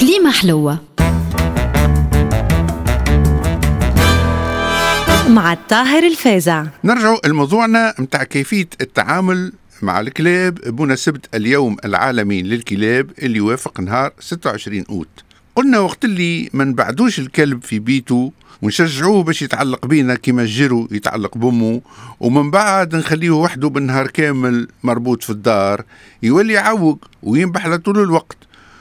كليمة حلوة مع الطاهر الفازع. نرجع لموضوعنا متاع كيفية التعامل مع الكلاب بمناسبة اليوم العالمي للكلاب اللي يوافق نهار 26 أوت. قلنا وقت اللي ما نبعدوش الكلب في بيته ونشجعوه باش يتعلق بينا كما الجرو يتعلق بأمه، ومن بعد نخليه وحده بالنهار كامل مربوط في الدار، يولي يعوق وينبح لطول الوقت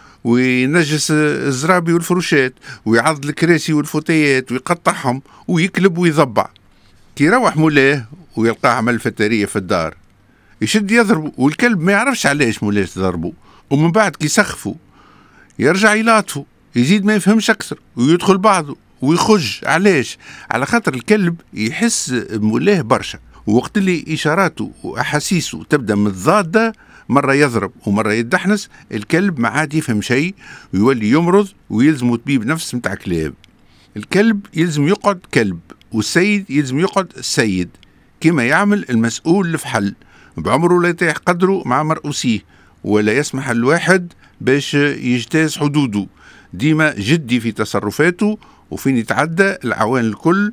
وينجس الزرابي والفروشات ويعض الكراسي والفوتيات ويقطعهم ويكلب ويضبع. كي يروح مولاه ويلقاه عمل فترية في الدار يشد يضربه، والكلب ما يعرفش علاش مولاه ضربه، ومن بعد كي يسخفه يرجع يلاطفه يزيد ما يفهمش أكثر ويدخل بعضه ويخج. علاش؟ على خاطر الكلب يحس بمولاه برشا، ووقت اللي إشاراته وأحاسيسه تبدأ متضادة، مرة يضرب ومرة يدحنس، الكلب ما عاد يفهم شيء ويولي يمرض ويلزم طبيب نفس متاع كلاب. الكلب يلزم يقعد كلب، والسيد يلزم يقعد السيد، كما يعمل المسؤول الفحل بعمره لا يطيح قدره مع مرؤوسيه، ولا يسمح الواحد باش يجتاز حدوده، ديما جدي في تصرفاته، وفين يتعدى العوان الكل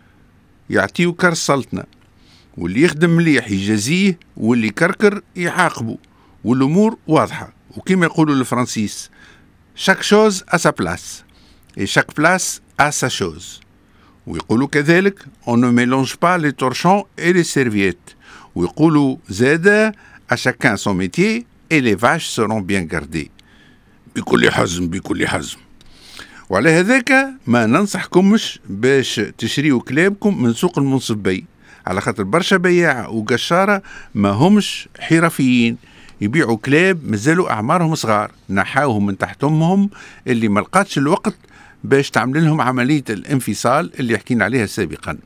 يعطيه كرس سلطنة، واللي يخدم مليح يجازيه واللي كركر يعاقبه، والأمور واضحة. وكما يقولوا الفرنسيس chaque chose à sa place et chaque place à sa chose. ويقولوا كذلك on ne mélange pas les torchons et les serviettes. ويقولوا زادة à chacun son métier et les vaches seront bien gardées. بكل حزم بكل حزم. وعلى هذاك ما ننصحكمش باش تشريوا كلابكم من سوق المنصبي، على خاطر برشا بياعة وقشارة ما همش حرفيين، يبيعوا كلاب مازالوا أعمارهم صغار، نحاوهم من تحت أمهم اللي ما لقاتش الوقت باش تعمل لهم عملية الانفصال اللي حكينا عليها سابقا.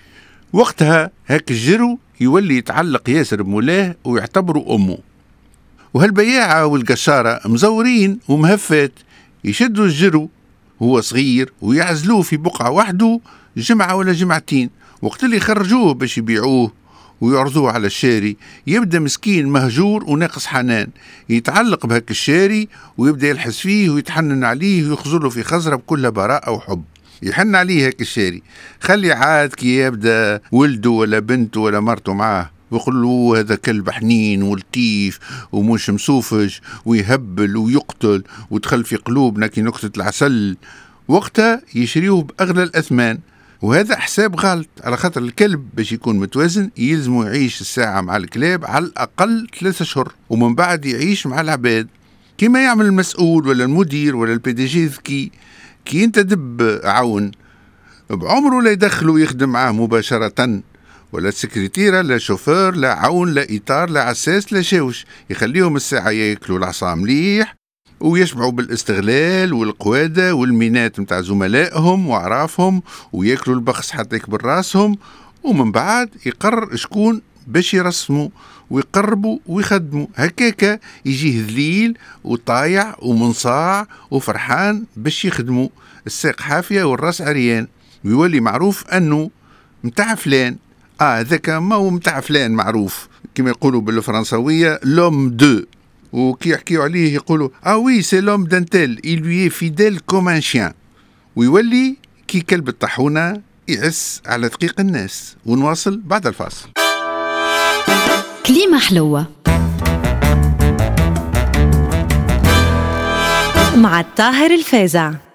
وقتها هاك الجرو يولي يتعلق ياسر بمولاه ويعتبروا أمه. وهالبياعة والقشارة مزورين ومهفات، يشدوا الجرو هو صغير ويعزلوه في بقعة وحده جمعة ولا جمعتين، وقت اللي يخرجوه باش يبيعوه ويعرضوه على الشاري يبدأ مسكين مهجور وناقص حنان، يتعلق بهاك الشاري ويبدأ يلحس فيه ويتحنن عليه ويخزله في خزرة بكل براءة وحب، يحن عليه هاك الشاري. خلي عاد كي يبدأ ولده ولا بنته ولا مرته معاه ويقول له هذا كلب حنين ولطيف ومش مسوفج ويهبل ويقتل وتخل في قلوبنا كي نكتة العسل، وقتها يشريوه بأغلى الأثمان. وهذا حساب غلط، على خاطر الكلب باش يكون متوازن يلزمه يعيش الساعة مع الكلاب على الأقل 3 أشهر، ومن بعد يعيش مع العباد كما يعمل المسؤول ولا المدير ولا البيديجي ذكي. كي انت دب عون بعمره لا يدخله يخدم معاه مباشرة، ولا سكرتيرة لا شوفير لا عون لا إطار لا عساس لا شاوش، يخليهم الساعة ياكلوا العصا مليح ويشبعوا بالاستغلال والقوادة والمينات متاع زملائهم وعرافهم، وياكلوا البخس حتى يكبر راسهم، ومن بعد يقرر شكون باش يرسموا ويقربوا ويخدموا. هكاكا يجيه ذليل وطايع ومنصاع وفرحان باش يخدموا، الساق حافية والراس عريان، ويولي معروف أنه متاع فلان. ذاك ما هو متاع فلان معروف، كما يقولوا بالفرنسوية لوم دو. وكي يحكيوا عليه يقولوا وي سي لوم دانتيل il lui est fidèle comme un chien. ويولي كي كلب الطحونة يعس على دقيق الناس. ونواصل بعد الفاصل. كليمة حلوة مع الطاهر الفازع.